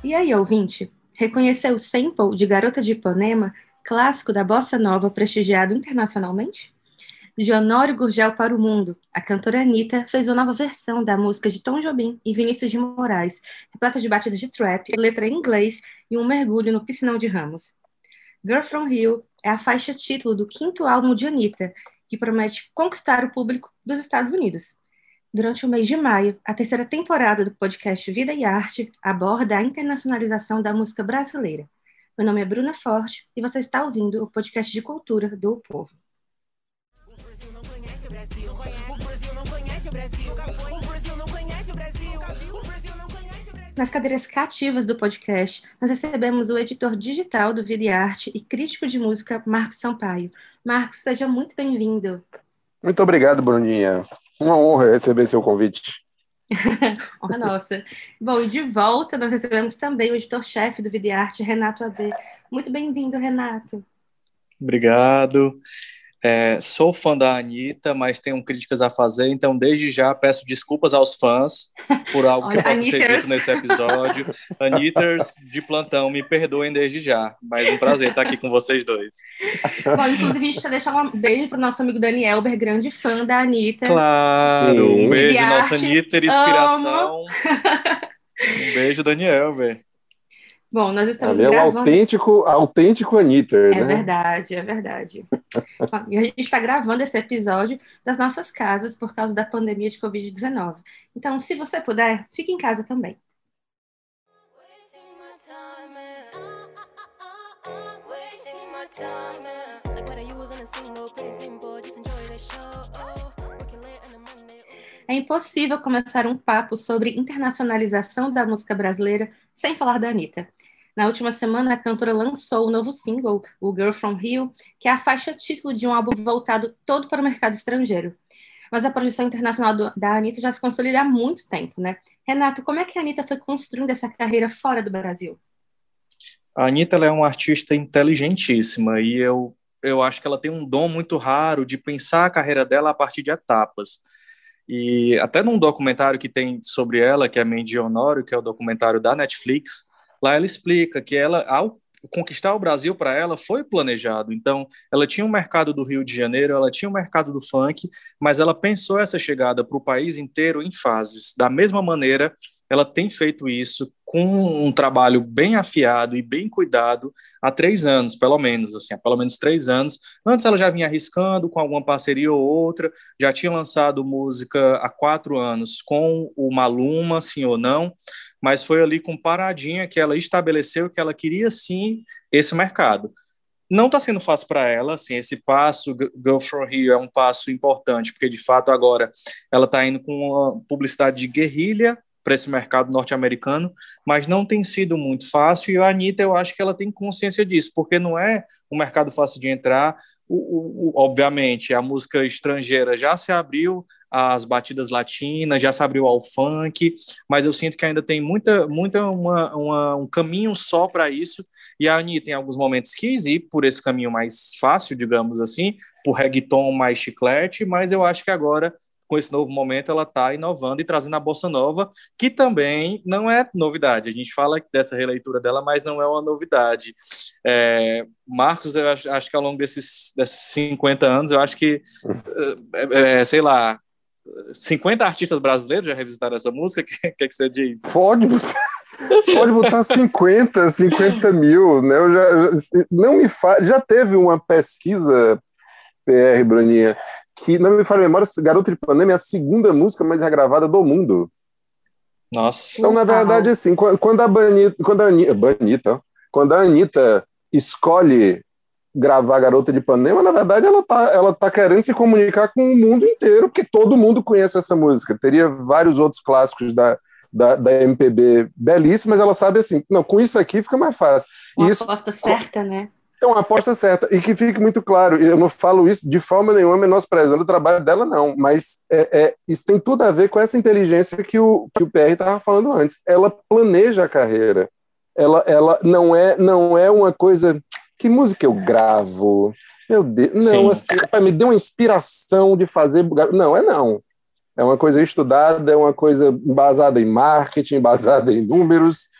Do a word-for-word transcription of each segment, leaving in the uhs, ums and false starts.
E aí, ouvinte, reconheceu o sample de Garota de Ipanema, clássico da bossa nova prestigiado internacionalmente? De Honório Gurgel para o mundo, a cantora Anitta fez uma nova versão da música de Tom Jobim e Vinícius de Moraes, repleta de batidas de trap, letra em inglês e um mergulho no piscinão de Ramos. Girl From Rio é a faixa título do quinto álbum de Anitta, que promete conquistar o público dos Estados Unidos. Durante o mês de maio, a terceira temporada do podcast Vida e Arte aborda a internacionalização da música brasileira. Meu nome é Bruna Forte e você está ouvindo o podcast de cultura do Povo. O Brasil não conhece o Brasil, o Brasil não conhece o Brasil, o Brasil não conhece o Brasil, o Brasil não conhece o Brasil. Nas cadeiras cativas do podcast, nós recebemos o editor digital do Vida e Arte e crítico de música, Marcos Sampaio. Marcos, seja muito bem-vindo. Muito obrigado, Bruninha. Uma honra receber seu convite. Honra nossa. Bom, e de volta nós recebemos também o editor-chefe do Vida e Arte, Renato A B. Muito bem-vindo, Renato. Obrigado. É, sou fã da Anitta, mas tenho críticas a fazer, então desde já peço desculpas aos fãs por algo Olha, que possa Anitters. ser dito nesse episódio. Anitters de plantão, me perdoem desde já, mas um prazer estar aqui com vocês dois. Bom, inclusive, a gente vai deixar um beijo para o nosso amigo Danielber, grande fã da Anitta. Claro, Sim. um beijo, Vida e nossa Arte, Anitta, inspiração. Um beijo, Danielber. Bom, nós estamos Ele é o gravando... autêntico, autêntico Anitta, É né? verdade, é verdade. E a gente está gravando esse episódio das nossas casas por causa da pandemia de covid dezenove. Então, se você puder, fique em casa também. É impossível começar um papo sobre internacionalização da música brasileira sem falar da Anitta. Na última semana, a cantora lançou o novo single, o Girl From Rio, que é a faixa título de um álbum voltado todo para o mercado estrangeiro. Mas a projeção internacional do, da Anitta já se consolida há muito tempo, né? Renato, como é que a Anitta foi construindo essa carreira fora do Brasil? A Anitta ela é uma artista inteligentíssima e eu, eu acho que ela tem um dom muito raro de pensar a carreira dela a partir de etapas. E até num documentário que tem sobre ela, que é Mente de Honório, que é o documentário da Netflix, lá ela explica que ela, ao conquistar o Brasil para ela, foi planejado. Então, ela tinha um mercado do Rio de Janeiro, ela tinha um mercado do funk, mas ela pensou essa chegada para o país inteiro em fases. Da mesma maneira, ela tem feito isso com um trabalho bem afiado e bem cuidado há três anos, pelo menos, assim, há pelo menos três anos. Antes ela já vinha arriscando com alguma parceria ou outra, já tinha lançado música há quatro anos com o Maluma, sim ou não, mas foi ali com Paradinha que ela estabeleceu que ela queria, sim, esse mercado. Não está sendo fácil para ela, assim, esse passo, Girl From Rio é um passo importante, porque, de fato, agora ela está indo com uma publicidade de guerrilha para esse mercado norte-americano, mas não tem sido muito fácil, e a Anitta, eu acho que ela tem consciência disso, porque não é um mercado fácil de entrar. O, o, o, obviamente, a música estrangeira já se abriu às batidas latinas, já se abriu ao funk, mas eu sinto que ainda tem muita, muita uma, uma, um caminho só para isso, e a Anitta, em alguns momentos, quis ir por esse caminho mais fácil, digamos assim, por reggaeton mais chiclete, mas eu acho que agora, com esse novo momento, ela está inovando e trazendo a bossa nova, que também não é novidade. A gente fala dessa releitura dela, mas não é uma novidade. É, Marcos, eu acho, acho que ao longo desses, desses cinquenta anos, eu acho que, é, é, sei lá, cinquenta artistas brasileiros já revisitaram essa música. O que, que, que você diz? Pode botar, pode botar cinquenta, cinquenta mil, né? Eu já, não me fa... já teve uma pesquisa, P R, Bruninha, que, não me falha a memória, Garota de Ipanema é a segunda música mais regravada do mundo. Nossa. Então, na verdade, assim, quando a Banita, quando a Anitta, Banita, quando a Anitta escolhe gravar Garota de Ipanema, na verdade, ela tá, ela tá querendo se comunicar com o mundo inteiro, porque todo mundo conhece essa música. Teria vários outros clássicos da, da, da M P B belíssimos, mas ela sabe assim, não, com isso aqui fica mais fácil. Uma isso, aposta certa, né? É uma aposta certa, e que fique muito claro, eu não falo isso de forma nenhuma menosprezando o trabalho dela, não, mas é, é, isso tem tudo a ver com essa inteligência que o, que o P R estava falando antes. Ela planeja a carreira, ela, ela não, é, não é uma coisa, que música eu gravo? Meu Deus, não, assim, me deu uma inspiração de fazer, não, é não. É uma coisa estudada, é uma coisa embasada em marketing, embasada em números,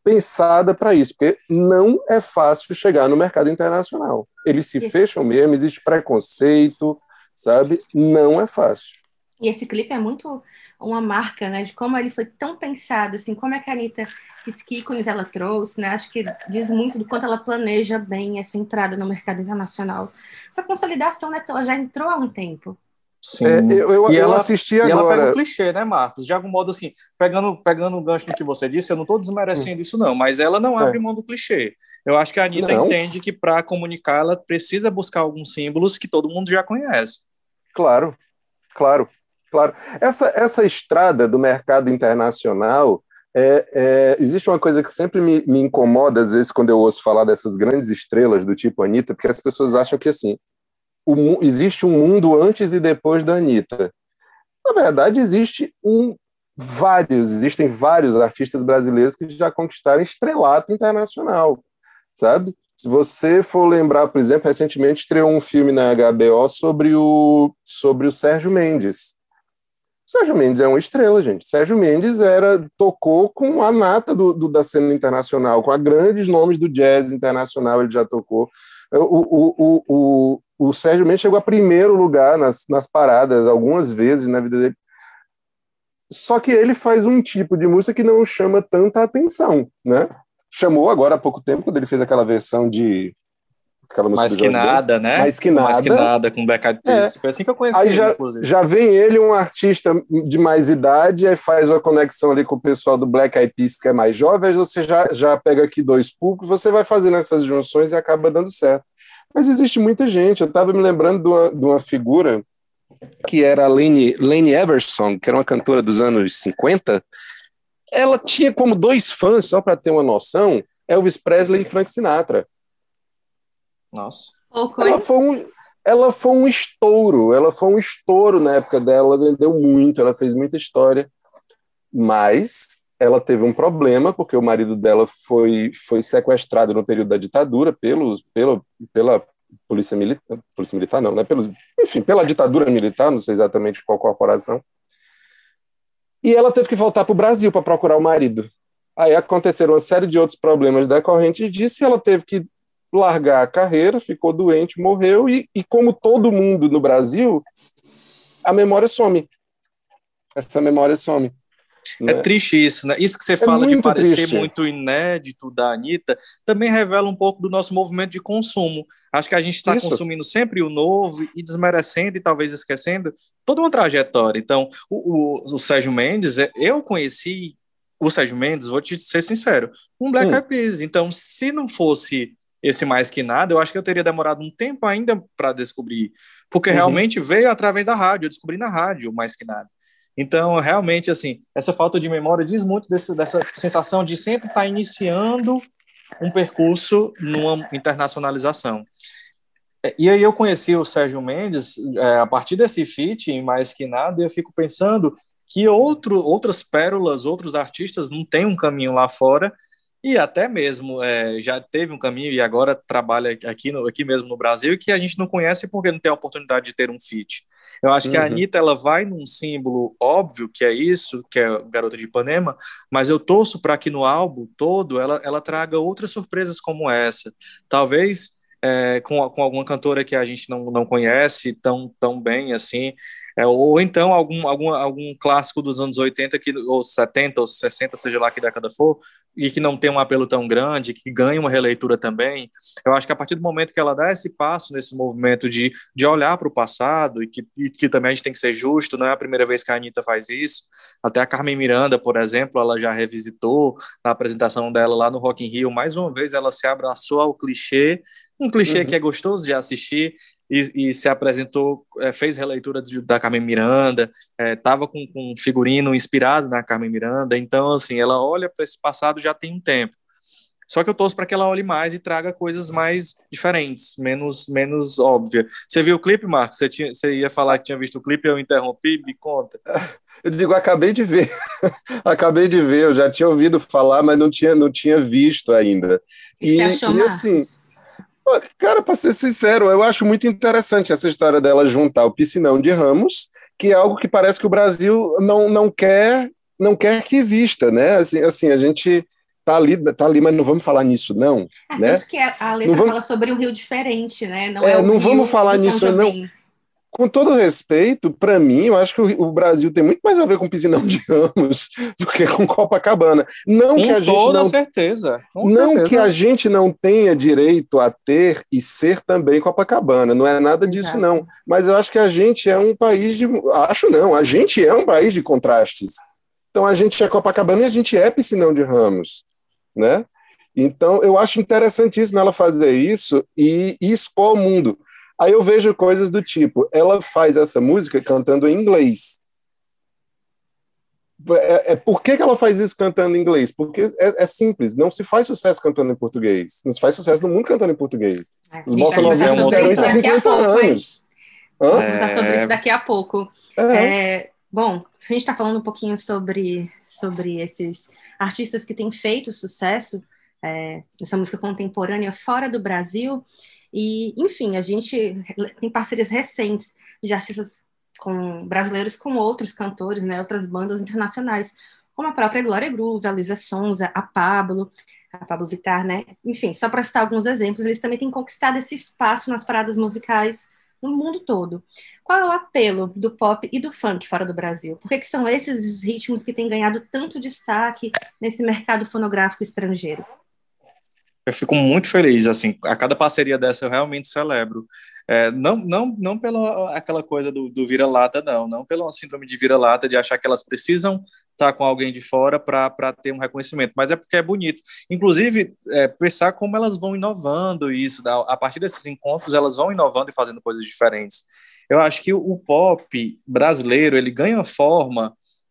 pensada para isso, porque não é fácil chegar no mercado internacional. Eles se Isso. fecham mesmo, existe preconceito, sabe? Não é fácil. E esse clipe é muito uma marca, né, de como ele foi tão pensado, assim, como é que a Anitta, que ícones ela trouxe, né, acho que diz muito do quanto ela planeja bem essa entrada no mercado internacional. Essa consolidação, né, porque ela já entrou há um tempo. Sim. É, eu, eu, e eu ela, assisti e agora. ela pega o clichê, né, Marcos? De algum modo, assim, pegando, pegando o gancho no que você disse, eu não estou desmerecendo isso, não, mas ela não abre É. mão do clichê. Eu acho que a Anitta Não. entende que para comunicar ela precisa buscar alguns símbolos que todo mundo já conhece. Claro, claro, claro. Essa, essa estrada do mercado internacional, é, é, existe uma coisa que sempre me, me incomoda, às vezes, quando eu ouço falar dessas grandes estrelas do tipo Anitta, porque as pessoas acham que, assim, o, existe um mundo antes e depois da Anitta. Na verdade, existe um, vários, existem vários artistas brasileiros que já conquistaram estrelato internacional, sabe? Se você for lembrar, por exemplo, recentemente estreou um filme na H B O sobre o, sobre o Sérgio Mendes. O Sérgio Mendes é uma estrela, gente. Sérgio Mendes era, tocou com a nata do, do, da cena internacional, com a grandes nomes do jazz internacional, ele já tocou. O, o, o, o, o Sérgio Mendes chegou a primeiro lugar nas, nas paradas algumas vezes na vida dele. Só que ele faz um tipo de música que não chama tanta atenção, né? Chamou agora há pouco tempo, quando ele fez aquela versão de... Aquela música Mais que nada, né? Mais que nada. Mais que nada, com Black Eyed Peas. É. Foi assim que eu conheci aí ele, já, inclusive. Já vem ele, um artista de mais idade, aí faz uma conexão ali com o pessoal do Black Eyed Peas, que é mais jovem, aí você já, já pega aqui dois públicos, você vai fazendo essas junções e acaba dando certo. Mas existe muita gente. Eu estava me lembrando de uma, de uma figura que era a Lane, Lane Everson, que era uma cantora dos anos cinquenta. Ela tinha como dois fãs, só para ter uma noção, Elvis Presley e Frank Sinatra. Nossa. Ela foi, um, ela foi um estouro, ela foi um estouro na época dela, ela vendeu muito, ela fez muita história, mas ela teve um problema, porque o marido dela foi, foi sequestrado no período da ditadura pelos, pela, pela polícia militar, polícia militar não, né? Pelos, enfim, pela ditadura militar, não sei exatamente qual corporação, e ela teve que voltar para o Brasil para procurar o marido. Aí aconteceram uma série de outros problemas decorrentes disso, e ela teve que largar a carreira, ficou doente, morreu, e, e como todo mundo no Brasil, a memória some. Essa memória some. É né? triste isso, né? Isso que você É fala de parecer triste. muito inédito da Anitta, também revela um pouco do nosso movimento de consumo. Acho que a gente está consumindo sempre o novo e desmerecendo e talvez esquecendo toda uma trajetória. Então, o, o, o Sérgio Mendes, eu conheci o Sérgio Mendes, vou te ser sincero, um Black Eyed Peas. Então, se não fosse esse Mais Que Nada, eu acho que eu teria demorado um tempo ainda para descobrir, porque uhum. realmente veio através da rádio, eu descobri na rádio Mais Que Nada. Então, realmente, assim, essa falta de memória diz muito desse, dessa sensação de sempre estar iniciando um percurso numa internacionalização. E aí eu conheci o Sérgio Mendes é, a partir desse feat, em Mais Que Nada, e eu fico pensando que outro, outras pérolas, outros artistas não têm um caminho lá fora, e até mesmo é, já teve um caminho e agora trabalha aqui, no, aqui mesmo no Brasil, e que a gente não conhece porque não tem a oportunidade de ter um feat. Eu acho uhum. que a Anitta, ela vai num símbolo óbvio, que é isso, que é Garota de Ipanema, mas eu torço para que no álbum todo ela, ela traga outras surpresas como essa. Talvez é, com, com alguma cantora que a gente não, não conhece tão, tão bem assim, é, ou então algum, algum, algum clássico dos anos oitenta, que, ou setenta, ou sessenta, seja lá que década for, e que não tem um apelo tão grande, que ganha uma releitura também. Eu acho que a partir do momento que ela dá esse passo nesse movimento de, de olhar para o passado, e que, e que também a gente tem que ser justo, não é a primeira vez que a Anitta faz isso, até a Carmen Miranda, por exemplo, ela já revisitou na apresentação dela lá no Rock in Rio, mais uma vez ela se abraçou ao clichê, um clichê uhum. que é gostoso de assistir, e, e se apresentou, é, fez releitura de, da Carmen Miranda, estava é, com, com um figurino inspirado na Carmen Miranda, então assim, ela olha para esse passado já tem um tempo, só que eu torço para que ela olhe mais e traga coisas mais diferentes, menos, menos óbvias. Você viu o clipe, Marcos? Você, tinha, você ia falar que tinha visto o clipe, eu interrompi, me conta. Eu digo, acabei de ver, acabei de ver, eu já tinha ouvido falar, mas não tinha, não tinha visto ainda. E, e, você achou, e assim, cara, para ser sincero, eu acho muito interessante essa história dela juntar o Piscinão de Ramos, que é algo que parece que o Brasil não, não, quer, não quer que exista, né? Assim, assim, a gente tá ali, tá ali, mas não vamos falar nisso, não. É, né? tanto que a, a letra vamos, fala sobre um rio diferente, né? Não é, é o não rio vamos falar do nisso, Tom não. Jobim. Com todo respeito, para mim, eu acho que o, o Brasil tem muito mais a ver com Piscinão de Ramos do que com Copacabana. Não Com que a gente toda não, certeza. Com não certeza. que a gente não tenha direito a ter e ser também Copacabana. Não é nada disso, Exato. não. Mas eu acho que a gente é um país de. Acho não, a gente é um país de contrastes. Então a gente é Copacabana e a gente é Piscinão de Ramos, né? Então eu acho interessantíssimo ela fazer isso e, e expor ao mundo. Aí eu vejo coisas do tipo, ela faz essa música cantando em inglês. É, é, por que, que ela faz isso cantando em inglês? Porque é, é simples, não se faz sucesso cantando em português. Não se faz sucesso no mundo cantando em português. É, Os a gente bossa vai novistas conversar fizeram sobre isso há isso daqui a cinquenta pouco, hein? anos. Vamos Hã? conversar sobre É. isso daqui a pouco. É. É, bom, a gente está falando um pouquinho sobre, sobre esses artistas que têm feito sucesso, é, essa música contemporânea fora do Brasil. E, enfim, a gente tem parcerias recentes de artistas com, brasileiros com outros cantores, né, outras bandas internacionais, como a própria Glória Groove, a Luísa Sonza, a Pablo, a Pablo Vittar, né? Enfim, só para citar alguns exemplos, eles também têm conquistado esse espaço nas paradas musicais no mundo todo. Qual é o apelo do pop e do funk fora do Brasil? Por que, que são esses os ritmos que têm ganhado tanto destaque nesse mercado fonográfico estrangeiro? Eu fico muito feliz, assim, a cada parceria dessa eu realmente celebro. É, não, não, não pela aquela coisa do, do vira-lata, não, não pela síndrome de vira-lata, de achar que elas precisam estar com alguém de fora para ter um reconhecimento, mas é porque é bonito. Inclusive, é, pensar como elas vão inovando isso, a partir desses encontros, elas vão inovando e fazendo coisas diferentes. Eu acho que o pop brasileiro, ele ganha forma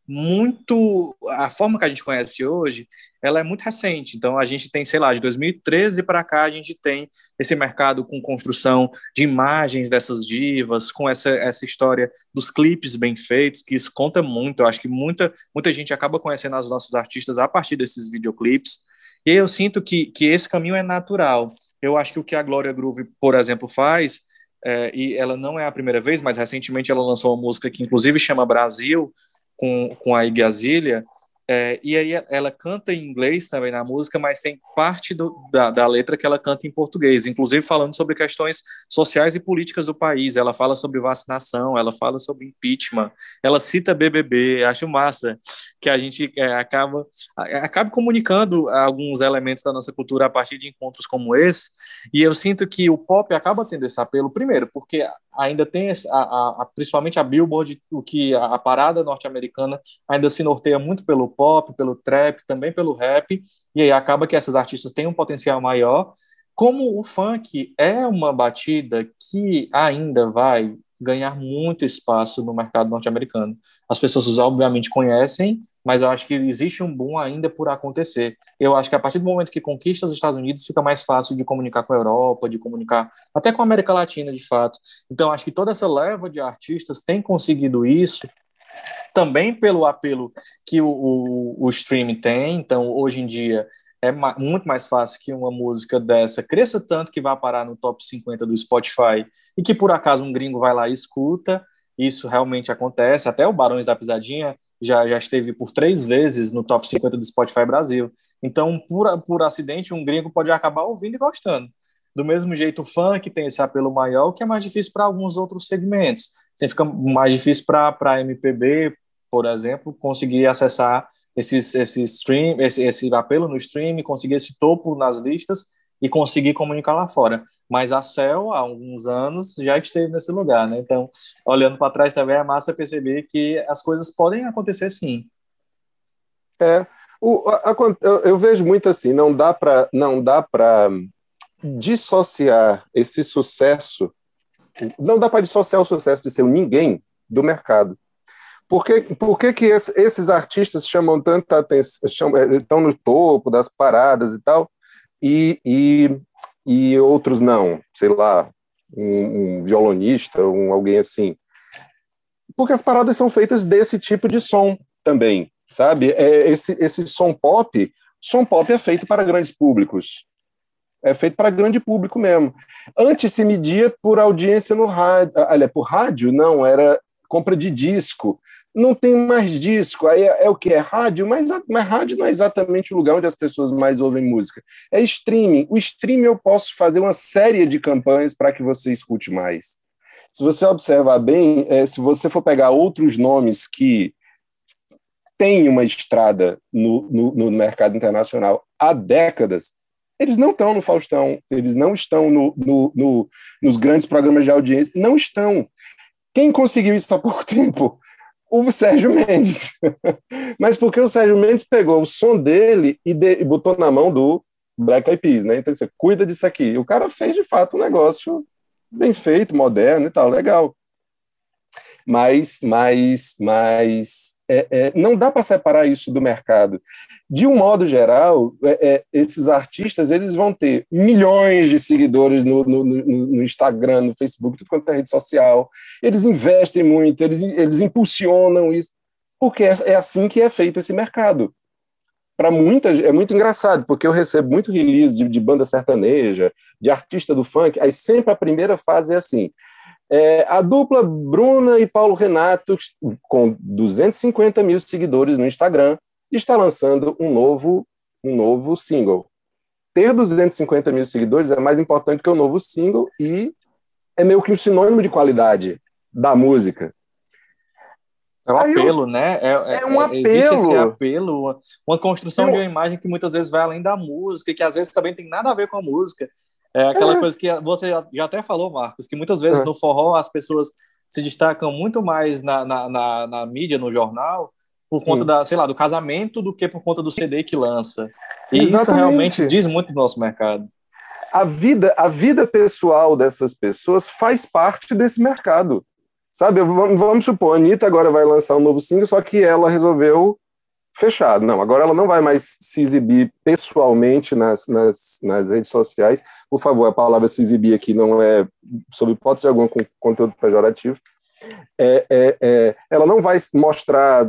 muito, a forma que a gente conhece hoje, ela é muito recente. Então a gente tem, sei lá, de dois mil e treze para cá a gente tem esse mercado com construção de imagens dessas divas, com essa, essa história dos clipes bem feitos, que isso conta muito. Eu acho que muita, muita gente acaba conhecendo as nossas artistas a partir desses videoclipes. E eu sinto que, que esse caminho é natural. Eu acho que o que a Glória Groove, por exemplo, faz, é, e ela não é a primeira vez, mas recentemente ela lançou uma música que inclusive chama Brasil, com, com a Iggy Azalea, é, e aí ela canta em inglês também na música, mas tem parte do, da, da letra que ela canta em português, inclusive falando sobre questões sociais e políticas do país. Ela fala sobre vacinação, ela fala sobre impeachment, ela cita B B B. Acho massa que a gente é, acaba, acaba comunicando alguns elementos da nossa cultura a partir de encontros como esse, e eu sinto que o pop acaba tendo esse apelo, primeiro, porque ainda tem, a, a, a, principalmente a Billboard, o que a, a parada norte-americana ainda se norteia muito pelo pop, pelo trap, também pelo rap, e aí acaba que essas artistas têm um potencial maior. Como o funk é uma batida que ainda vai ganhar muito espaço no mercado norte-americano. As pessoas obviamente conhecem, mas eu acho que existe um boom ainda por acontecer. Eu acho que a partir do momento que conquista os Estados Unidos, fica mais fácil de comunicar com a Europa, de comunicar até com a América Latina, de fato. Então, acho que toda essa leva de artistas tem conseguido isso, também pelo apelo que o, o, o streaming tem. Então, hoje em dia, é ma- muito mais fácil que uma música dessa cresça tanto que vá parar no top cinquenta do Spotify e que, por acaso, um gringo vai lá e escuta. Isso realmente acontece. Até o Barões da Pisadinha já, já esteve por três vezes no top cinquenta do Spotify Brasil. Então, por, por acidente, um gringo pode acabar ouvindo e gostando. Do mesmo jeito, o funk tem esse apelo maior, que é mais difícil para alguns outros segmentos. Assim, fica mais difícil para a M P B, por exemplo, conseguir acessar esses, esse, stream, esse, esse apelo no stream, conseguir esse topo nas listas e conseguir comunicar lá fora. Mas a Cell, há alguns anos, já esteve nesse lugar, né? Então, olhando para trás também, é massa perceber que as coisas podem acontecer sim. É, o, a, a, eu, eu vejo muito assim, não dá para não dá para dissociar esse sucesso, não dá para dissociar o sucesso de ser um ninguém do mercado. Por que, por que, que esses artistas chamam tanta atenção, chamam, estão no topo das paradas e tal, e, e, e outros não? Sei lá, um, um violonista, um, alguém assim. Porque as paradas são feitas desse tipo de som também, sabe? É, esse, esse som pop, som pop é feito para grandes públicos. É feito para grande público mesmo. Antes se media por audiência no rádio. Olha, por rádio, não, era compra de disco. não tem mais disco, aí é, é o que? É rádio, mas, mas rádio não é exatamente o lugar onde as pessoas mais ouvem música. É streaming. O streaming eu posso fazer uma série de campanhas para que você escute mais. Se você observar bem, é, se você for pegar outros nomes que têm uma estrada no, no, no mercado internacional há décadas, eles não estão no Faustão, eles não estão no, no, no, nos grandes programas de audiência, não estão. Quem conseguiu isso há pouco tempo? O Sérgio Mendes. Mas porque o Sérgio Mendes pegou o som dele e, de, e botou na mão do Black Eyed Peas, né? Então você cuida disso aqui. E o cara fez, de fato, um negócio bem feito, moderno e tal, legal. Mas, mas, mas é, é, não dá para separar isso do mercado. De um modo geral, é, é, esses artistas eles vão ter milhões de seguidores no, no, no, no Instagram, no Facebook, tudo quanto é rede social. Eles investem muito, eles, eles impulsionam isso, porque é, é assim que é feito esse mercado. Para muitas, é muito engraçado, porque eu recebo muito release de, de banda sertaneja, de artista do funk, aí sempre a primeira fase é assim, é, a dupla Bruna e Paulo Renato, com duzentos e cinquenta mil seguidores no Instagram, está lançando um novo, um novo single. Ter duzentos e cinquenta mil seguidores é mais importante que o novo single e é meio que um sinônimo de qualidade da música. É um Aí apelo, eu, né? É, é um é, apelo. Existe esse apelo, uma, uma construção eu, de uma imagem que muitas vezes vai além da música, e que às vezes também tem nada a ver com a música. É aquela é, coisa que você já, já até falou, Marcos, que muitas vezes é, no forró as pessoas se destacam muito mais na, na, na, na mídia, no jornal, por conta hum, da, sei lá, do casamento do que por conta do C D que lança. E isso realmente exatamente. diz muito do nosso mercado. A vida, a vida pessoal dessas pessoas faz parte desse mercado. Sabe, vamos, vamos supor, a Anitta agora vai lançar um novo single, só que ela resolveu fechar. Não, agora ela não vai mais se exibir pessoalmente nas, nas, nas redes sociais. Por favor, a palavra se exibir aqui não é sob hipótese alguma com conteúdo pejorativo. É, é, é, ela não vai mostrar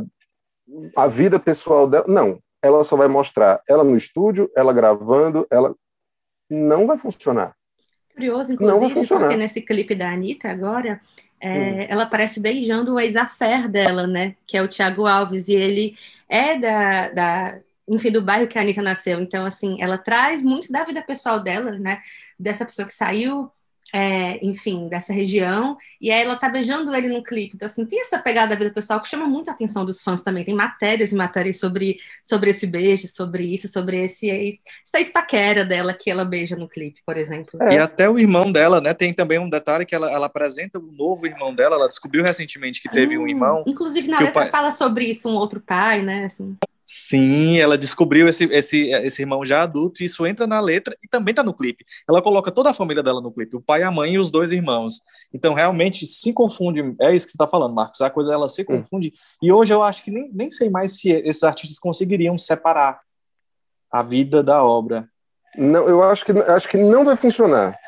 a vida pessoal dela, não. Ela só vai mostrar ela no estúdio, ela gravando, ela não vai funcionar. Curioso, Não vai inclusive, funcionar. porque nesse clipe da Anitta agora, é, Hum. ela aparece beijando o ex-affair dela, né? Que é o Thiago Alves, e ele é da, da, enfim, do bairro que a Anitta nasceu. Então, assim, ela traz muito da vida pessoal dela, né? Dessa pessoa que saiu, é, enfim, dessa região, e aí ela tá beijando ele no clipe. Então, assim, tem essa pegada da vida pessoal que chama muito a atenção dos fãs também. Tem matérias e matérias sobre, sobre esse beijo, sobre isso, sobre esse ex, essa ex-paquera dela que ela beija no clipe, por exemplo. É. E até o irmão dela, né? Tem também um detalhe que ela, ela apresenta o novo irmão dela. Ela descobriu recentemente que teve um Hum, irmão. inclusive na Que o letra pai... fala sobre isso, um outro pai, né? Assim. Sim, ela descobriu esse, esse, esse irmão já adulto, e isso entra na letra e também tá no clipe. Ela coloca toda a família dela no clipe, o pai, a mãe e os dois irmãos. Então, realmente, se confunde. É isso que você tá falando, Marcos. A coisa, ela se Hum. confunde. E hoje eu acho que nem, nem sei mais se esses artistas conseguiriam separar a vida da obra. Não, eu acho que, acho que não vai funcionar.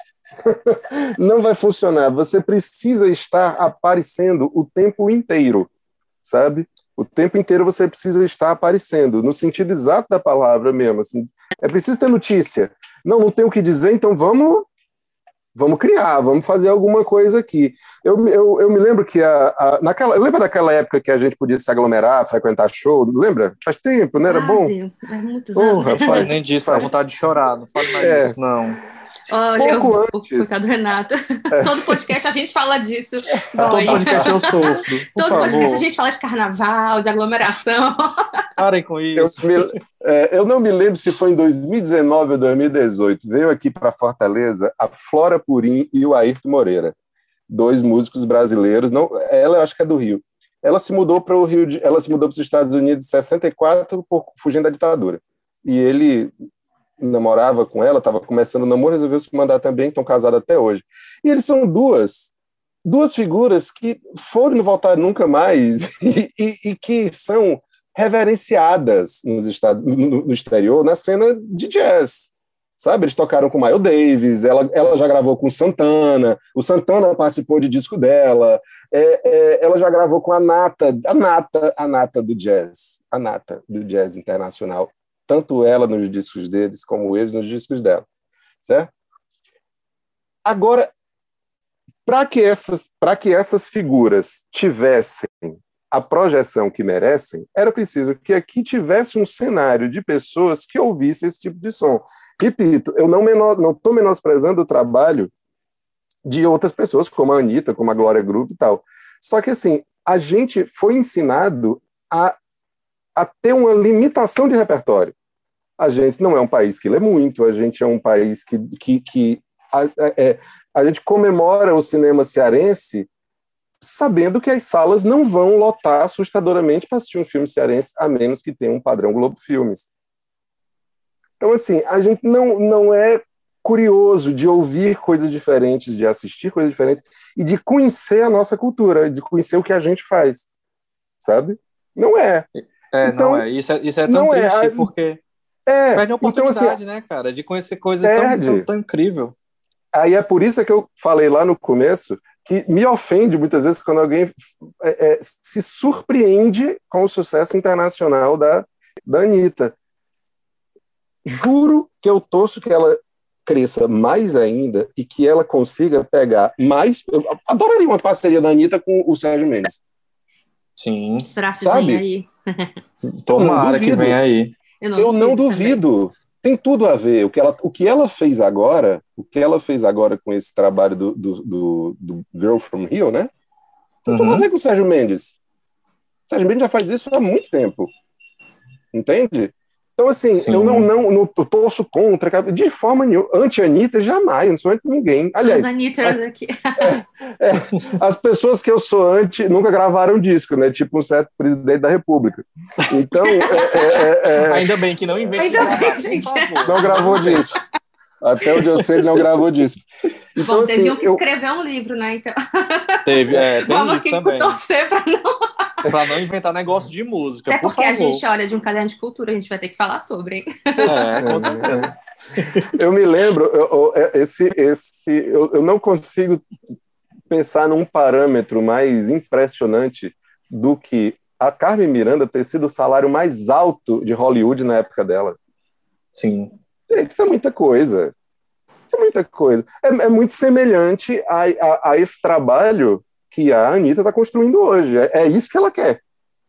Não vai funcionar. Você precisa estar aparecendo o tempo inteiro, sabe? O tempo inteiro você precisa estar aparecendo, no sentido exato da palavra mesmo. Assim, é preciso ter notícia. Não, não tem o que dizer, então vamos, vamos criar, vamos fazer alguma coisa aqui. Eu, eu, eu me lembro que a, a, naquela, lembra daquela época que a gente podia se aglomerar, frequentar show? Lembra? Faz tempo, não era bom? Quase, é muitos Oh, anos. Não fale rapaz, nem disso, dá faz. vontade de chorar. Não fale mais É. disso, não. Olha, Pouco o, o antes. coitado do Renato. É. Todo podcast a gente fala disso. Todo Dói. podcast eu sofro. Por Todo podcast a favor, gente fala de carnaval, de aglomeração. parem com Eu, isso. me, é, eu não me lembro se foi em dois mil e dezenove ou dois mil e dezoito. Veio aqui para Fortaleza a Flora Purim e o Ayrton Moreira, dois músicos brasileiros. Não, ela eu acho que é do Rio. Ela se mudou para o Rio, de, ela se mudou para os Estados Unidos em sessenta e quatro, por, fugindo da ditadura. E ele namorava com ela, estava começando o namoro, resolveu se mandar também, estão casados até hoje. E eles são duas, duas figuras que foram e não voltaram nunca mais e, e, e que são reverenciadas nos estados, no, no exterior na cena de jazz. Sabe? Eles tocaram com o Miles Davis, ela, ela já gravou com o Santana, o Santana participou de disco dela, é, é, ela já gravou com a Nata, a Nata, a Nata do jazz, a Nata do jazz internacional. Tanto ela nos discos deles, como eles nos discos dela, certo? Agora, para que essas, para que essas figuras tivessem a projeção que merecem, era preciso que aqui tivesse um cenário de pessoas que ouvissem esse tipo de som. Repito, eu não estou menosprezando o trabalho de outras pessoas, como a Anitta, como a Glória Groove e tal. Só que, assim, a gente foi ensinado a, a ter uma limitação de repertório. A gente não é um país que lê muito, a gente é um país que... que, que a, é, a gente comemora o cinema cearense sabendo que as salas não vão lotar assustadoramente para assistir um filme cearense, a menos que tenha um padrão Globo Filmes. Então, assim, a gente não, não é curioso de ouvir coisas diferentes, de assistir coisas diferentes e de conhecer a nossa cultura, de conhecer o que a gente faz, sabe? Não é. É, então, não é. Isso é, isso é tão triste, é, porque é, perde a oportunidade, então, assim, né, cara, de conhecer coisa tão, tão, tão incrível. Aí é por isso que eu falei lá no começo que me ofende muitas vezes quando alguém é, é, se surpreende com o sucesso internacional da, da Anitta. Juro que eu torço que ela cresça mais ainda e que ela consiga pegar mais... Eu adoraria uma parceria da Anitta com o Sérgio Mendes. Sim. Será que Sabe? vem aí? Tomara que vem aí. Eu não eu duvido. Não duvido. Tem tudo a ver. O que, ela, o que ela fez agora, o que ela fez agora com esse trabalho do, do, do, do Girl From Rio, né? Tem tudo Uhum. a ver com o Sérgio Mendes. O Sérgio Mendes já faz isso há muito tempo. Entende? Então, assim, Sim. eu não, não, não eu torço contra, de forma nenhuma. Anti-Anitta, jamais, eu não sou anti-ninguém. Aliás, as, aqui. É, é, as pessoas que eu sou anti nunca gravaram disco, né? Tipo um certo presidente da República. Então, é, é, é, ainda bem que não investe. Ainda bem, gente. Não gravou disco. Até onde eu sei, ele não gravou disco. Então, bom, assim, teriam que eu... escrever um livro, né? Então... Teve, é, tem Vamos isso aqui também. torcer para não... Para não inventar negócio de música, é por porque favor. a gente olha de um caderno de cultura, a gente vai ter que falar sobre, hein? É, com certeza. Eu me lembro, eu, eu, esse, esse, eu, eu não consigo pensar num parâmetro mais impressionante do que a Carmen Miranda ter sido o salário mais alto de Hollywood na época dela. Sim. Gente, isso é muita coisa. Isso é muita coisa. É, é muito semelhante a, a, a esse trabalho que a Anitta está construindo hoje. É, é isso que ela quer.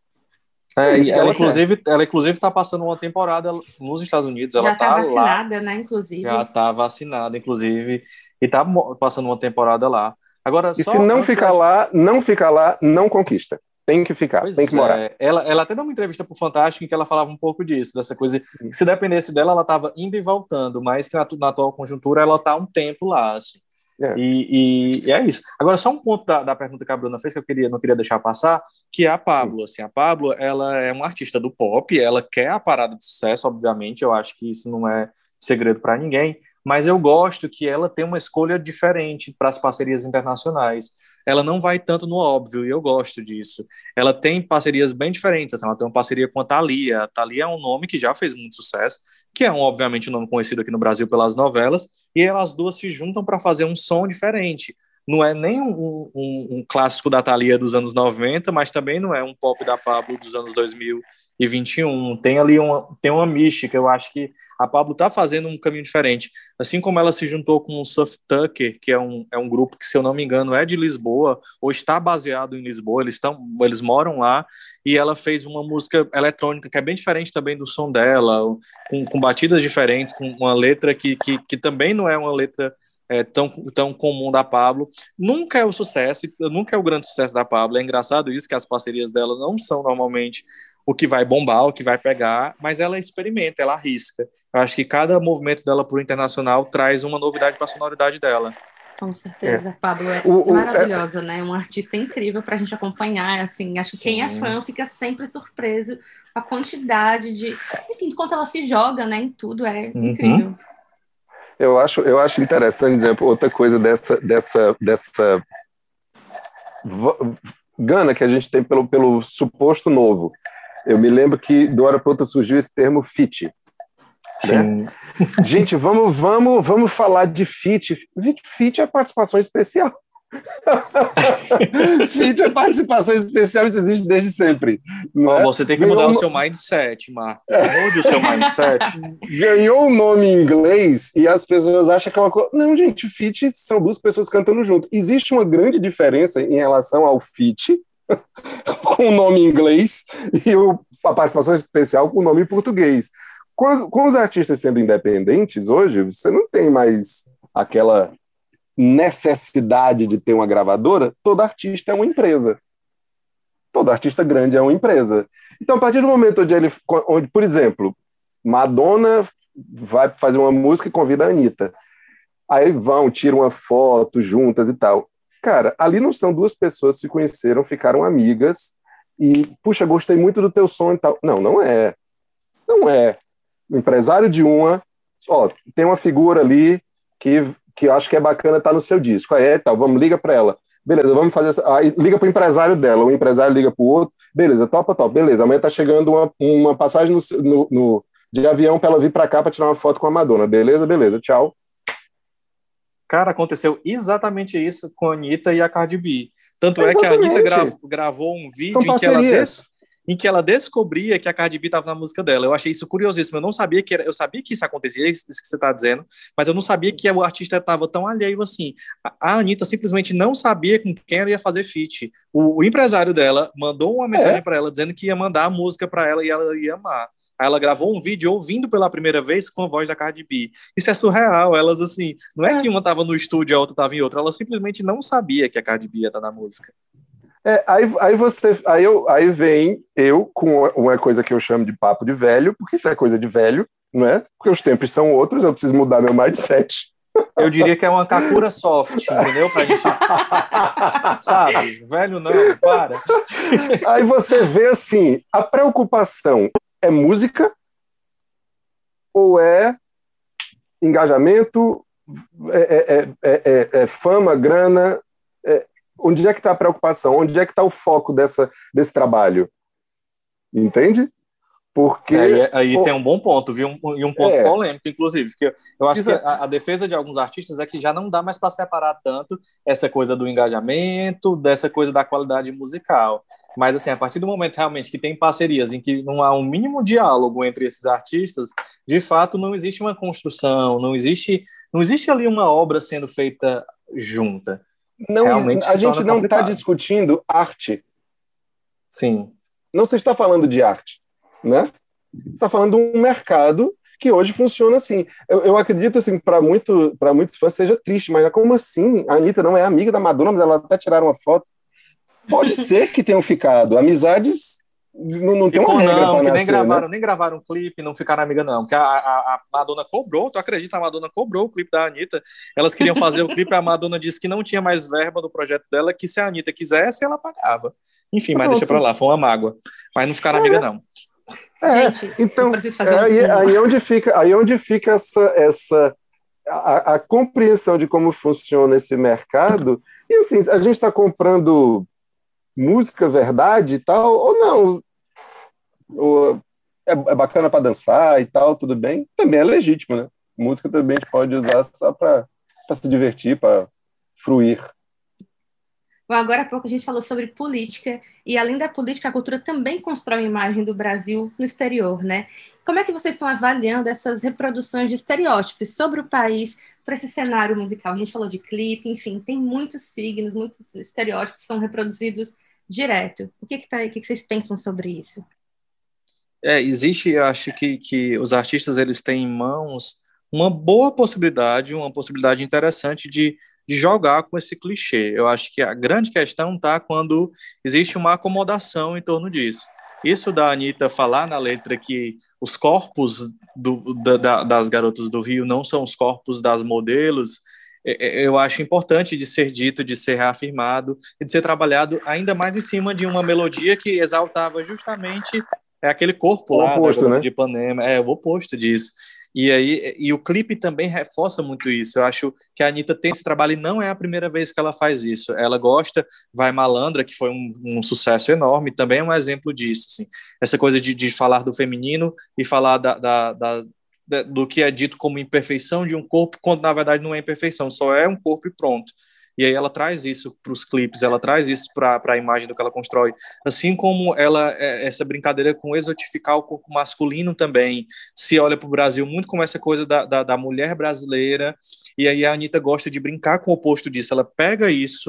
É, é isso ela, ela inclusive, quer. ela, inclusive, está passando uma temporada nos Estados Unidos. Ela já está tá vacinada, lá, né, inclusive. Já está vacinada, inclusive, e está passando uma temporada lá. Agora, e só se não ficar de... lá, não ficar lá, não conquista. Tem que ficar, pois tem que morar. É. Ela, ela até deu uma entrevista para o Fantástico em que ela falava um pouco disso, dessa coisa, que se dependesse dela, ela estava indo e voltando, mas que na, na atual conjuntura ela está um tempo lá, assim. É. E, e, e é isso. Agora, só um ponto da, da pergunta que a Bruna fez, que eu queria, não queria deixar passar, que é a Pabllo. Assim, a Pabllo, ela é uma artista do pop, ela quer a parada de sucesso, obviamente, eu acho que isso não é segredo para ninguém, mas eu gosto que ela tem uma escolha diferente para as parcerias internacionais. Ela não vai tanto no óbvio, e eu gosto disso. Ela tem parcerias bem diferentes, assim, ela tem uma parceria com a Thalia. A Thalia é um nome que já fez muito sucesso, que é, um, obviamente, um nome conhecido aqui no Brasil pelas novelas, e elas duas se juntam para fazer um som diferente. Não é nem um, um, um clássico da Thalia dos anos noventa, mas também não é um pop da Pabllo dos anos dois mil e vinte e um. Tem ali uma, tem uma mística, eu acho que a Pabllo está fazendo um caminho diferente. Assim como ela se juntou com o Surf Tucker, que é um, é um grupo que, se eu não me engano, é de Lisboa, ou está baseado em Lisboa, eles, tão, eles moram lá, e ela fez uma música eletrônica que é bem diferente também do som dela, com, com batidas diferentes, com uma letra que, que, que também não é uma letra É, tão, tão comum da Pabllo. Nunca é o sucesso, nunca é o grande sucesso da Pabllo. É engraçado isso, que as parcerias dela não são normalmente o que vai bombar, o que vai pegar, mas ela experimenta, ela arrisca. Eu acho que cada movimento dela pro internacional traz uma novidade para a sonoridade dela. Com certeza, a é. Pabllo é o, o, maravilhosa, é... né? Uma artista incrível pra gente acompanhar, assim. Acho que Sim. quem é fã fica sempre surpreso com a quantidade de... Enfim, de quanto ela se joga, né? Em tudo, é uhum. incrível. Eu acho, eu acho interessante, exemplo, outra coisa dessa, dessa, dessa gana que a gente tem pelo, pelo suposto novo. Eu me lembro que do hora para outra surgiu esse termo feat. Né? Gente, vamos, vamos, vamos falar de feat. Feat é participação especial. Feat é participação especial, isso existe desde sempre. Não, né? Você tem que Ganhou mudar um... o seu mindset, Marco. Mude o seu mindset. Ganhou um nome em inglês e as pessoas acham que é uma coisa. Não, gente, feat são duas pessoas cantando junto. Existe uma grande diferença em relação ao feat com o nome em inglês e o, a participação especial com o nome em português. Com, as, com os artistas sendo independentes hoje, você não tem mais aquela necessidade de ter uma gravadora. Todo artista é uma empresa. Todo artista grande é uma empresa. Então, a partir do momento onde ele, onde, por exemplo, Madonna vai fazer uma música e convida a Anitta. Aí vão, tiram uma foto juntas e tal. Cara, ali não são duas pessoas que se conheceram, ficaram amigas e, puxa, gostei muito do teu som e tal. Não, não é. Não é. O empresário de uma, ó, tem uma figura ali que, que eu acho que é bacana estar no seu disco. Aí é, tal, vamos, liga para ela. Beleza, vamos fazer essa... Aí liga pro empresário dela, o empresário liga pro outro. Beleza, topa, top. Beleza, amanhã tá chegando uma, uma passagem no, no, no, de avião para ela vir para cá para tirar uma foto com a Madonna. Beleza, beleza, tchau. Cara, aconteceu exatamente isso com a Anitta e a Cardi B. Tanto Exatamente. é que a Anitta gra- gravou um vídeo em que, ela des- em que ela descobria que a Cardi B estava na música dela. Eu achei isso curiosíssimo. Eu não sabia que era, eu sabia que isso acontecia, isso que você está dizendo, mas eu não sabia que o artista estava tão alheio assim. A, a Anitta simplesmente não sabia com quem ela ia fazer feat. O, o empresário dela mandou uma mensagem É. para ela dizendo que ia mandar a música para ela e ela ia amar. Aí ela gravou um vídeo ouvindo pela primeira vez com a voz da Cardi B. Isso é surreal. Elas, assim, não é que uma estava no estúdio e a outra estava em outra. Ela simplesmente não sabia que a Cardi B ia estar na música. É, aí, aí você, aí, eu, aí vem eu com uma coisa que eu chamo de papo de velho, porque isso é coisa de velho, não é? Porque os tempos são outros, eu preciso mudar meu mindset. Eu diria que é uma Kakura soft, entendeu? Pra gente, sabe? Velho não, para. Aí você vê assim, a preocupação é música ou é engajamento, é, é, é, é, é fama, grana? É, onde é que está a preocupação? Onde é que está o foco dessa, desse trabalho? Entende? Porque... É, aí pô, tem um bom ponto, viu? Um, e um ponto é, polêmico, inclusive. Porque eu acho Exa- que a, a defesa de alguns artistas é que já não dá mais para separar tanto essa coisa do engajamento, dessa coisa da qualidade musical. Mas, assim, a partir do momento realmente que tem parcerias em que não há um mínimo diálogo entre esses artistas, de fato não existe uma construção, não existe, não existe ali uma obra sendo feita junta. não, Realmente a se gente torna não está complicado. discutindo arte. Sim. Não se está falando de arte, né? Você está falando de um mercado que hoje funciona assim. Eu, eu acredito, assim, para muito, para muitos fãs seja triste, mas como assim? A Anitta não é amiga da Madonna, mas ela até tiraram uma foto. Pode ser que tenham ficado. Amizades não, não tem uma Ficou regra não, para que nem nascer, gravaram, né? nem gravaram um clipe, não ficaram amiga não, porque a, a, a Madonna cobrou, tu acredita, a Madonna cobrou o clipe da Anitta, elas queriam fazer o clipe, a Madonna disse que não tinha mais verba do projeto dela, que se a Anitta quisesse, ela pagava. Enfim, mas Pronto. deixa pra lá, foi uma mágoa. Mas não ficaram amiga não. É, Gente, então, eu preciso fazer é, um... aí, aí onde fica, aí onde fica essa, essa a, a compreensão de como funciona esse mercado. E assim, a gente está comprando música verdade e tal, ou não? Ou é, é bacana para dançar e tal, tudo bem? Também é legítimo, né? Música também a gente pode usar só para se divertir, para fruir. Bom, agora há pouco a gente falou sobre política, e além da política, a cultura também constrói a imagem do Brasil no exterior, né? Como é que vocês estão avaliando essas reproduções de estereótipos sobre o país para esse cenário musical? A gente falou de clipe, enfim, tem muitos signos, muitos estereótipos que são reproduzidos direto. O que, que, tá, o que, que vocês pensam sobre isso? É, existe, eu acho que, que os artistas, eles têm em mãos uma boa possibilidade, uma possibilidade interessante de de jogar com esse clichê. Eu acho que a grande questão está quando existe uma acomodação em torno disso. Isso da Anitta falar na letra que os corpos do, da, das garotas do Rio não são os corpos das modelos, eu acho importante de ser dito, de ser reafirmado e de ser trabalhado ainda mais em cima de uma melodia que exaltava justamente aquele corpo o lá oposto, da né? de Ipanema, é o oposto disso. E aí, e o clipe também reforça muito isso. Eu acho que a Anitta tem esse trabalho e não é a primeira vez que ela faz isso. Ela gosta, Vai Malandra, que foi um, um sucesso enorme, também é um exemplo disso. Assim. Essa coisa de, de falar do feminino e falar da, da, da, da, do que é dito como imperfeição de um corpo, quando na verdade não é imperfeição, só é um corpo e pronto. E aí ela traz isso para os clipes, ela traz isso para a imagem do que ela constrói. Assim como ela, essa brincadeira com exotificar o corpo masculino também, se olha para o Brasil muito como essa coisa da, da, da mulher brasileira, e aí a Anitta gosta de brincar com o oposto disso. Ela pega isso,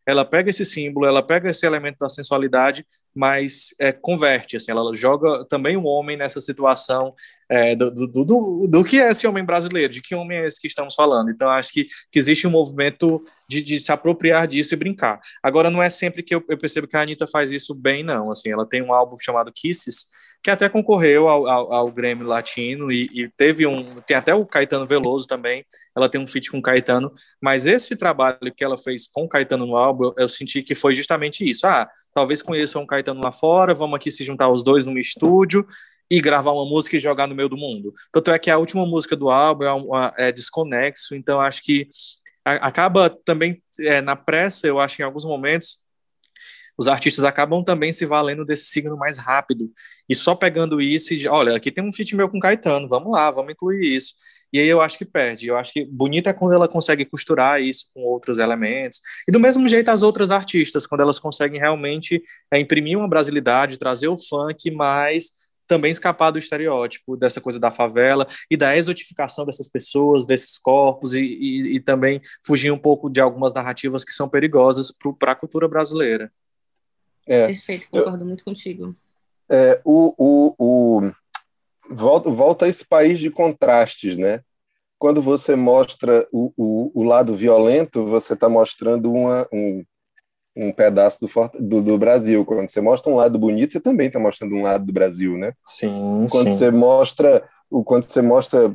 ela pega esse símbolo, ela pega esse elemento da sensualidade, mas é, converte, assim, ela joga também o homem nessa situação é, do, do, do, do que é esse homem brasileiro, de que homem é esse que estamos falando. Então, acho que, que existe um movimento de, de se apropriar disso e brincar. Agora, não é sempre que eu, eu percebo que a Anitta faz isso bem, não. Assim, ela tem um álbum chamado Kisses, que até concorreu ao, ao, ao Grammy Latino, e, e teve um, tem até o Caetano Veloso também, ela tem um feat com o Caetano, mas esse trabalho que ela fez com o Caetano no álbum, eu, eu senti que foi justamente isso. Ah, talvez conheçam o Caetano lá fora, vamos aqui se juntar os dois num estúdio e gravar uma música e jogar no meio do mundo. Tanto é que a última música do álbum é, uma, é Desconexo, então acho que a, acaba também, é, na pressa, eu acho que em alguns momentos, os artistas acabam também se valendo desse signo mais rápido, e só pegando isso e, olha, aqui tem um feat meu com Caetano, vamos lá, vamos incluir isso. E aí eu acho que perde. Eu acho que bonita é quando ela consegue costurar isso com outros elementos. E do mesmo jeito as outras artistas, quando elas conseguem realmente é, imprimir uma brasilidade, trazer o funk, mas também escapar do estereótipo, dessa coisa da favela e da exotificação dessas pessoas, desses corpos, e, e, e também fugir um pouco de algumas narrativas que são perigosas para a cultura brasileira. É, Perfeito, concordo eu, muito contigo. É, o, o, o, volta, volta a esse país de contrastes, né? Quando você mostra o, o, o lado violento, você está mostrando uma, um, um pedaço do, do, do Brasil. Quando você mostra um lado bonito, você também está mostrando um lado do Brasil, né? Sim, quando sim. Você mostra, quando você mostra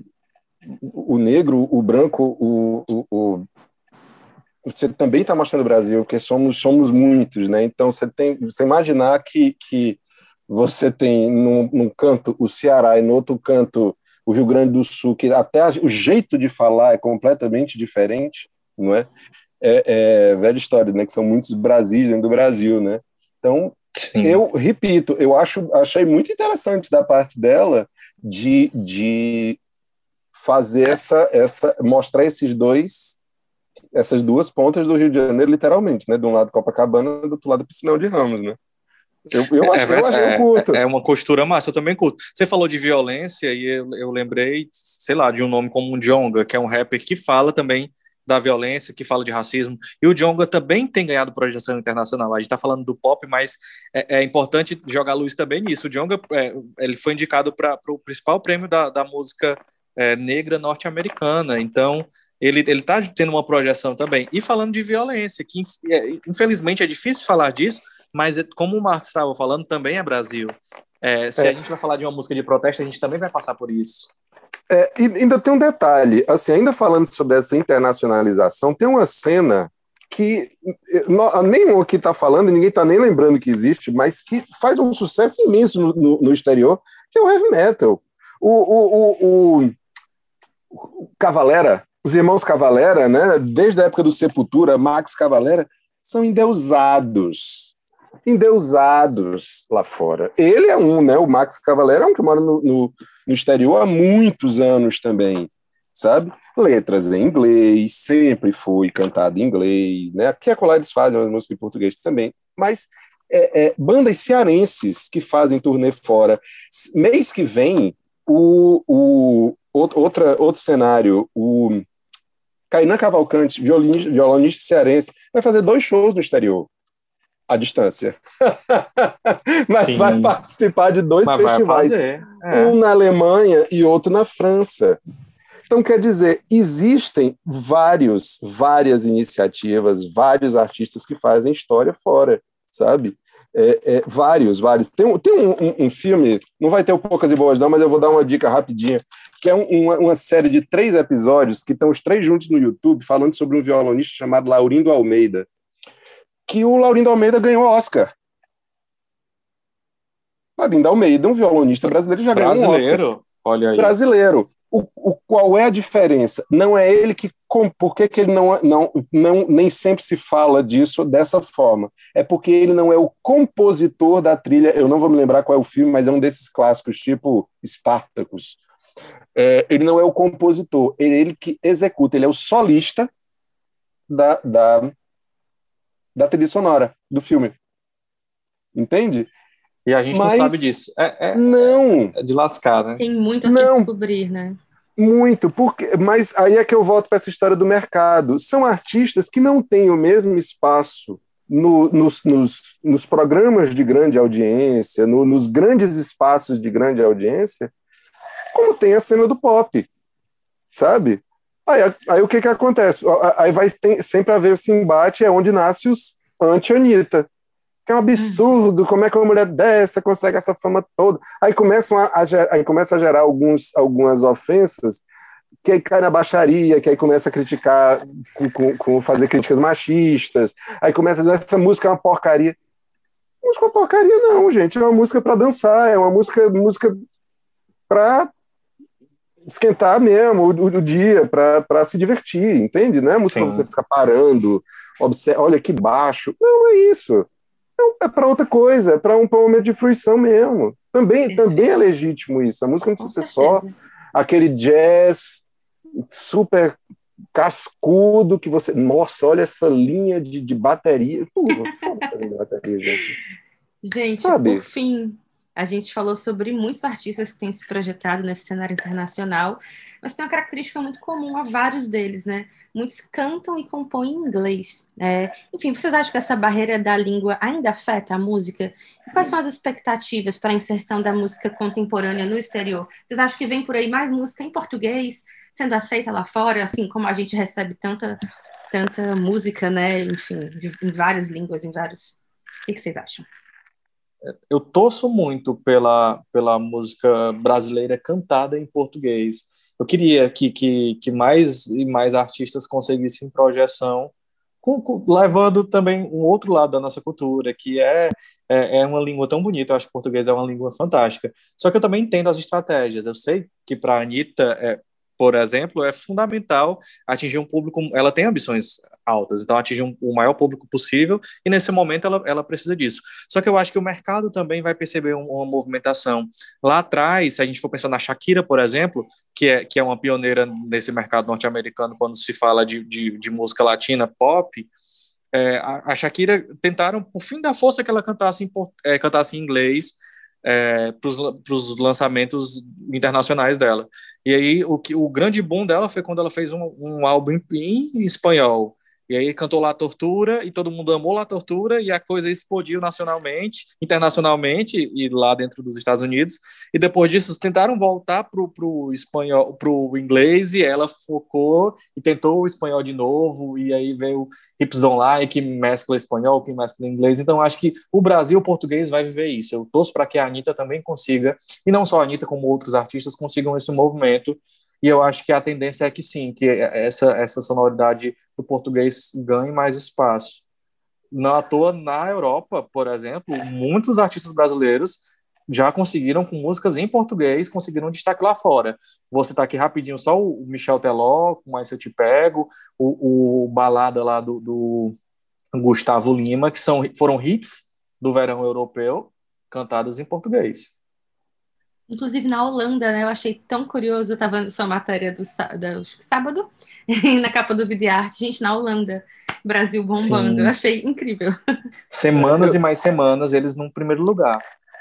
o negro, o branco, o, o, o você também está mostrando o Brasil, porque somos, somos muitos, né? Então, você tem, você imaginar que, que você tem num, num canto o Ceará e no outro canto o Rio Grande do Sul, que até a, o jeito de falar é completamente diferente, não é? É, é velha história, né? Que são muitos Brasis dentro do Brasil, né? Então, Sim. eu repito, eu acho, achei muito interessante da parte dela de, de fazer essa, essa, mostrar esses dois essas duas pontas do Rio de Janeiro, literalmente, né? De um lado Copacabana, do outro lado Piscinão de Ramos, né? Eu, eu, é, acho, eu achei é, eu curto. É uma costura massa, eu também curto. Você falou de violência e eu, eu lembrei, sei lá, de um nome como o Djonga, que é um rapper que fala também da violência, que fala de racismo, e o Djonga também tem ganhado projeção internacional. A gente está falando do pop, mas é, é importante jogar luz também nisso. O Djonga, é, ele foi indicado para o principal prêmio da, da música é, negra norte-americana, então ele está tendo uma projeção também. E falando de violência, que infelizmente é difícil falar disso, mas como o Marcos estava falando, também é Brasil. É, se é. a gente vai falar de uma música de protesto, a gente também vai passar por isso. É, e ainda tem um detalhe, assim, ainda falando sobre essa internacionalização, tem uma cena que não, nenhum aqui está falando, ninguém está nem lembrando que existe, mas que faz um sucesso imenso no, no, no exterior, que é o heavy metal. O, o, o, o Cavalera, os irmãos Cavalera, né, desde a época do Sepultura, Max Cavalera, são endeusados. Endeusados lá fora. Ele é um, né? O Max Cavalera é um que mora no, no, no exterior há muitos anos também, sabe? Letras em inglês, sempre foi cantado em inglês, né? Aqui a colar eles fazem uma música em português também, mas é, é, bandas cearenses que fazem turnê fora. Mês que vem, o, o, outra, outro cenário, o Kainan Cavalcante, violonista, violonista cearense, vai fazer dois shows no exterior, à distância. Mas Sim. vai participar de dois Mas festivais, é. um na Alemanha e outro na França. Então, quer dizer, existem vários, várias iniciativas, vários artistas que fazem história fora, sabe? É, é, vários, vários. Tem, um, tem um, um, um filme, não vai ter o Poucas e Boas não, mas eu vou dar uma dica rapidinha, que é um, uma, uma série de três episódios que estão os três juntos no YouTube, falando sobre um violonista chamado Laurindo Almeida, que o Laurindo Almeida ganhou Oscar. Laurindo Almeida, um violonista brasileiro, já brasileiro? ganhou um Oscar. Brasileiro? Olha aí. Brasileiro. O, o, qual é a diferença? Não é ele que... Por que, que ele não, não, não... Nem sempre se fala disso dessa forma. É porque ele não é o compositor da trilha. Eu não vou me lembrar qual é o filme, mas é um desses clássicos, tipo Spartacus. É, ele não é o compositor. Ele é ele que executa. Ele é o solista da, da, da trilha sonora do filme. Entende? E a gente mas, não sabe disso. É, é, não. É de lascar, né? Tem muito a se não. descobrir, né? Muito, porque, mas aí é que eu volto para essa história do mercado. São artistas que não têm o mesmo espaço no, nos, nos, nos programas de grande audiência, no, nos grandes espaços de grande audiência, como tem a cena do pop, sabe? Aí, aí o que que acontece? Aí vai tem, sempre haver esse embate, é onde nasce os anti-Anitta, que é um absurdo, como é que uma mulher dessa consegue essa fama toda? Aí começam a, a, aí começa a gerar alguns, algumas ofensas, que aí cai na baixaria, que aí começa a criticar, com, com, com fazer críticas machistas, aí começa a dizer, essa música é uma porcaria. Música é uma porcaria não, gente, é uma música para dançar, é uma música, música para esquentar mesmo o, o, o dia, para se divertir, entende? Não é música para você ficar parando, observa, olha que baixo, não, é isso. É para outra coisa, é para um, um momento de fruição mesmo. Também, também é legítimo isso. A música não precisa ser só aquele jazz super cascudo que você... Nossa, olha essa linha de, de bateria. Porra, foda de bateria, gente. Gente, Sabe? Por fim, a gente falou sobre muitos artistas que têm se projetado nesse cenário internacional, mas tem uma característica muito comum a vários deles, né? Muitos cantam e compõem em inglês. É, enfim, vocês acham que essa barreira da língua ainda afeta a música? E quais são as expectativas para a inserção da música contemporânea no exterior? Vocês acham que vem por aí mais música em português, sendo aceita lá fora, assim como a gente recebe tanta, tanta música, né? Enfim, de, em várias línguas, em vários... O que, que vocês acham? Eu torço muito pela, pela música brasileira cantada em português. Eu queria que, que, que mais e mais artistas conseguissem projeção, com, com, levando também um outro lado da nossa cultura, que é, é, é uma língua tão bonita. Eu acho que o português é uma língua fantástica. Só que eu também entendo as estratégias. Eu sei que para a Anitta, é, por exemplo, é fundamental atingir um público... Ela tem ambições altas, então atingir um, o maior público possível, e nesse momento ela, ela precisa disso. Só que eu acho que o mercado também vai perceber um, uma movimentação. Lá atrás, se a gente for pensar na Shakira, por exemplo, que é, que é uma pioneira nesse mercado norte-americano quando se fala de, de, de música latina, pop, é, a, a Shakira tentaram, por fim da força, que ela cantasse em, é, cantasse em inglês, É, para os lançamentos internacionais dela. E aí o, que, o grande boom dela foi quando ela fez um, um álbum em, em espanhol. E aí cantou La Tortura, e todo mundo amou La Tortura, e a coisa explodiu nacionalmente, internacionalmente, e lá dentro dos Estados Unidos. E depois disso, tentaram voltar pro, pro espanhol, pro inglês, e ela focou e tentou o espanhol de novo, e aí veio Hips Don't Lie, que mescla espanhol, que mescla inglês. Então, acho que o Brasil, o português, vai viver isso. Eu torço para que a Anitta também consiga, e não só a Anitta, como outros artistas, consigam esse movimento. E eu acho que a tendência é que sim, que essa, essa sonoridade do português ganhe mais espaço. Não à toa, na Europa, por exemplo, muitos artistas brasileiros já conseguiram, com músicas em português, conseguiram destaque lá fora. Vou citar aqui rapidinho só o Michel Teló, com Mais Se Eu Te Pego, o, o Balada lá do, do Gustavo Lima, que são, foram hits do verão europeu, cantadas em português. Inclusive na Holanda, né? Eu achei tão curioso, eu estava vendo sua matéria do, do sábado, na capa do Videarte, gente, na Holanda, Brasil bombando. Sim. Eu achei incrível. Semanas eu... e mais semanas, eles num primeiro lugar.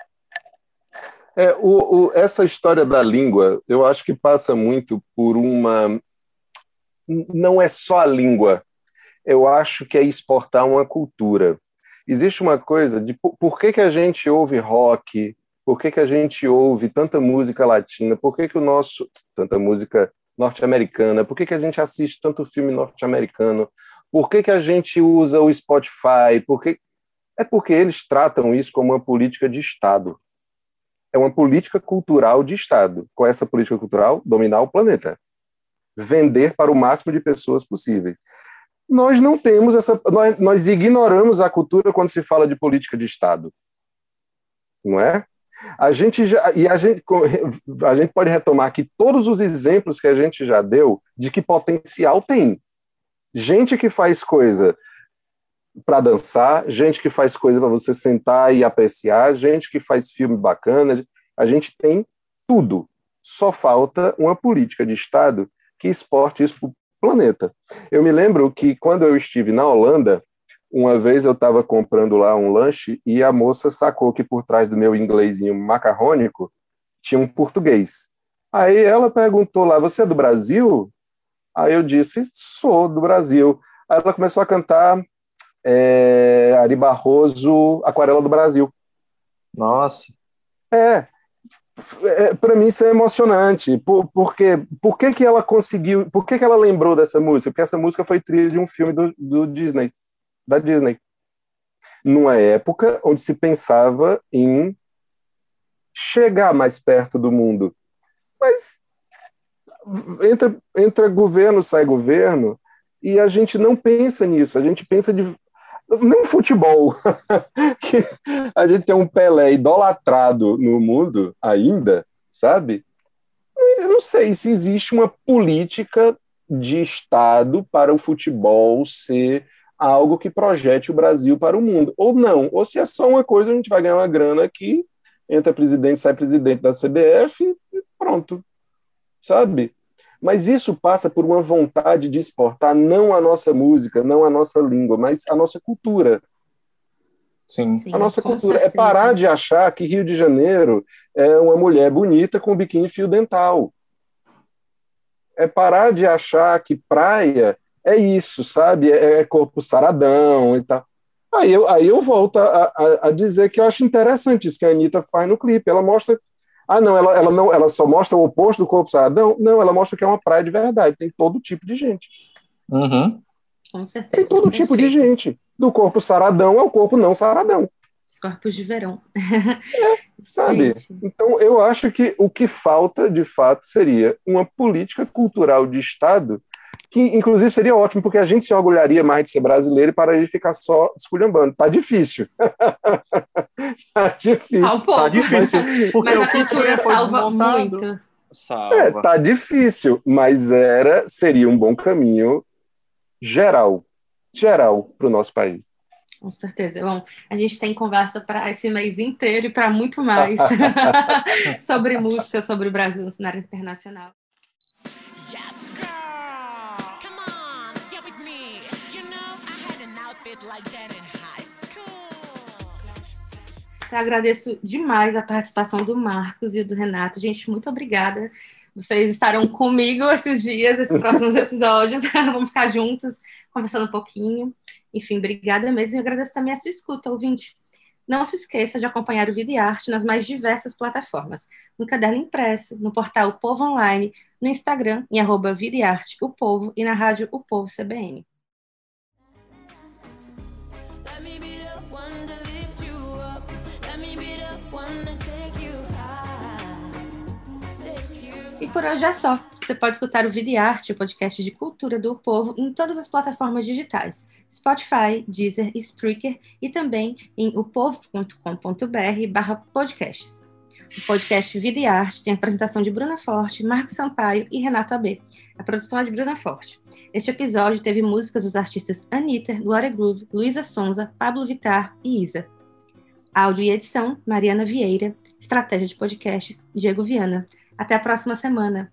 É, o, o, essa história da língua, eu acho que passa muito por uma... Não é só a língua, eu acho que é exportar uma cultura. Existe uma coisa de por, por que, que a gente ouve rock... Por que, que a gente ouve tanta música latina? Por que, que o nosso... Tanta música norte-americana? Por que, que a gente assiste tanto filme norte-americano? Por que, que a gente usa o Spotify? Por que... É porque eles tratam isso como uma política de Estado. É uma política cultural de Estado. Qual é essa política cultural? Dominar o planeta. Vender para o máximo de pessoas possíveis. Nós não temos essa... Nós, nós ignoramos a cultura quando se fala de política de Estado. Não é? A gente já, e a gente, a gente pode retomar aqui todos os exemplos que a gente já deu de que potencial tem. Gente que faz coisa para dançar, gente que faz coisa para você sentar e apreciar, gente que faz filme bacana. A gente tem tudo. Só falta uma política de Estado que exporte isso para o planeta. Eu me lembro que quando eu estive na Holanda, uma vez eu estava comprando lá um lanche e a moça sacou que por trás do meu inglesinho macarrônico tinha um português. Aí ela perguntou lá, você é do Brasil? Aí eu disse, sou do Brasil. Aí ela começou a cantar é, Ari Barroso, Aquarela do Brasil. Nossa. É, é para mim isso é emocionante. Por, porque, por que que ela conseguiu, por que que ela lembrou dessa música? Porque essa música foi trilha de um filme do, do Disney, da Disney. Numa época onde se pensava em chegar mais perto do mundo. Mas entra, entra governo, sai governo, e a gente não pensa nisso, a gente pensa de... Nem futebol, que a gente tem um Pelé idolatrado no mundo ainda, sabe? Eu não sei se existe uma política de Estado para o futebol ser algo que projete o Brasil para o mundo, ou não, ou se é só uma coisa, a gente vai ganhar uma grana aqui, entra presidente, sai presidente da C B F e pronto, sabe? Mas isso passa por uma vontade de exportar não a nossa música, não a nossa língua, mas a nossa cultura. Sim. Sim, A nossa com cultura certeza. é parar de achar que Rio de Janeiro é uma mulher bonita com biquíni fio dental. É parar de achar que praia é isso, sabe? É corpo saradão e tal. Aí eu, aí eu volto a, a, a dizer que eu acho interessante isso que a Anitta faz no clipe. Ela mostra... Ah, não ela, ela não, ela só mostra o oposto do corpo saradão? Não, ela mostra que é uma praia de verdade. Tem todo tipo de gente. Uhum. Com certeza. Tem todo tipo de Perfeito. gente. Do corpo saradão ao corpo não saradão. Os corpos de verão. Sabe? Gente. Então, eu acho que o que falta, de fato, seria uma política cultural de Estado que, inclusive, seria ótimo, porque a gente se orgulharia mais de ser brasileiro e pararia de ficar só esculhambando. Tá difícil. Tá difícil. Ao pouco. Tá difícil. Porque Mas o a que cultura tinha foi salva desmontado. muito. Salva. É, tá difícil, mas era, seria um bom caminho geral, geral para o nosso país. Com certeza. Bom, a gente tem conversa para esse mês inteiro e para muito mais sobre música, sobre o Brasil no cenário internacional. Yes, girl. Come on, get with me. You know I had an outfit like that in high school. Eu agradeço demais a participação do Marcos e do Renato. Gente, muito obrigada. Vocês estarão comigo esses dias, esses próximos episódios. Vamos ficar juntos, conversando um pouquinho. Enfim, obrigada mesmo. E agradeço também a sua escuta, ouvinte. Não se esqueça de acompanhar o Vida e Arte nas mais diversas plataformas. No caderno impresso, no portal O Povo Online, no Instagram, em arroba Vida e Arte, o Povo, e na rádio O Povo C B N. Let me be the one to lift you up. Let me be the one to take you high. Take you. E por hoje é só. Você pode escutar o Vida e Arte, o podcast de cultura do Povo, em todas as plataformas digitais. Spotify, Deezer, Spreaker e também em opovo ponto com ponto br barra podcasts. O podcast Vida e Arte tem a apresentação de Bruna Forte, Marcos Sampaio e Renato A B. A produção é de Bruna Forte. Este episódio teve músicas dos artistas Anitta, Glória Groove, Luísa Sonza, Pablo Vittar e Isa. Áudio e edição, Mariana Vieira. Estratégia de podcasts, Diego Viana. Até a próxima semana.